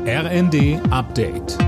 RND Update.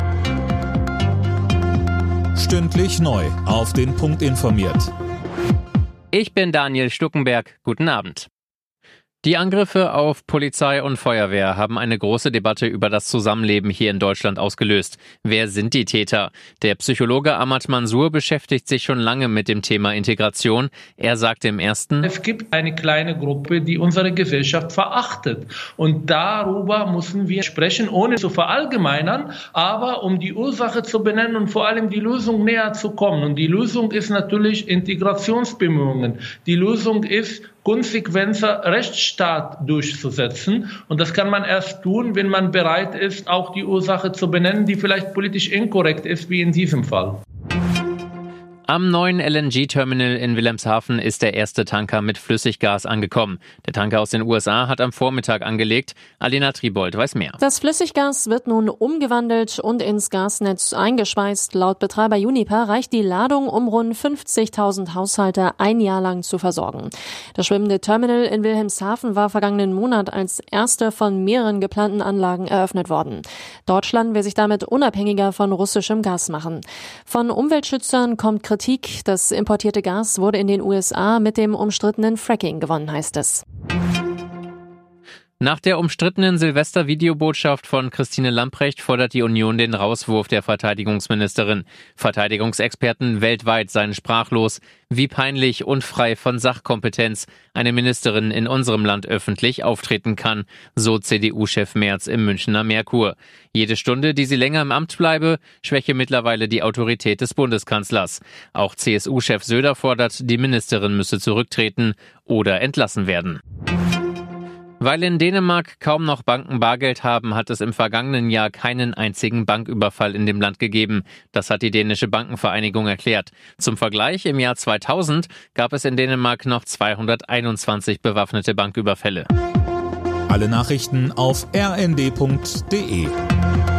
Stündlich neu auf den Punkt informiert. Ich bin Daniel Stuckenberg. Guten Abend. Die Angriffe auf Polizei und Feuerwehr haben eine große Debatte über das Zusammenleben hier in Deutschland ausgelöst. Wer sind die Täter? Der Psychologe Ahmad Mansour beschäftigt sich schon lange mit dem Thema Integration. Er sagt im Ersten: Es gibt eine kleine Gruppe, die unsere Gesellschaft verachtet. Und darüber müssen wir sprechen, ohne zu verallgemeinern, aber um die Ursache zu benennen und vor allem die Lösung näher zu kommen. Und die Lösung ist natürlich Integrationsbemühungen. Die Lösung ist, konsequenter Rechtsstaat durchzusetzen. Und das kann man erst tun, wenn man bereit ist, auch die Ursache zu benennen, die vielleicht politisch inkorrekt ist, wie in diesem Fall. Am neuen LNG-Terminal in Wilhelmshaven ist der erste Tanker mit Flüssiggas angekommen. Der Tanker aus den USA hat am Vormittag angelegt. Alena Tribold weiß mehr. Das Flüssiggas wird nun umgewandelt und ins Gasnetz eingespeist. Laut Betreiber Uniper reicht die Ladung, um rund 50.000 Haushalte ein Jahr lang zu versorgen. Das schwimmende Terminal in Wilhelmshaven war vergangenen Monat als erste von mehreren geplanten Anlagen eröffnet worden. Deutschland will sich damit unabhängiger von russischem Gas machen. Von Umweltschützern kommt Kritik. Das importierte Gas wurde in den USA mit dem umstrittenen Fracking gewonnen, heißt es. Nach der umstrittenen Silvester-Videobotschaft von Christine Lambrecht fordert die Union den Rauswurf der Verteidigungsministerin. Verteidigungsexperten weltweit seien sprachlos. Wie peinlich und frei von Sachkompetenz eine Ministerin in unserem Land öffentlich auftreten kann, so CDU-Chef Merz im Münchner Merkur. Jede Stunde, die sie länger im Amt bleibe, schwäche mittlerweile die Autorität des Bundeskanzlers. Auch CSU-Chef Söder fordert, die Ministerin müsse zurücktreten oder entlassen werden. Weil in Dänemark kaum noch Banken Bargeld haben, hat es im vergangenen Jahr keinen einzigen Banküberfall in dem Land gegeben. Das hat die dänische Bankenvereinigung erklärt. Zum Vergleich, im Jahr 2000 gab es in Dänemark noch 221 bewaffnete Banküberfälle. Alle Nachrichten auf rnd.de.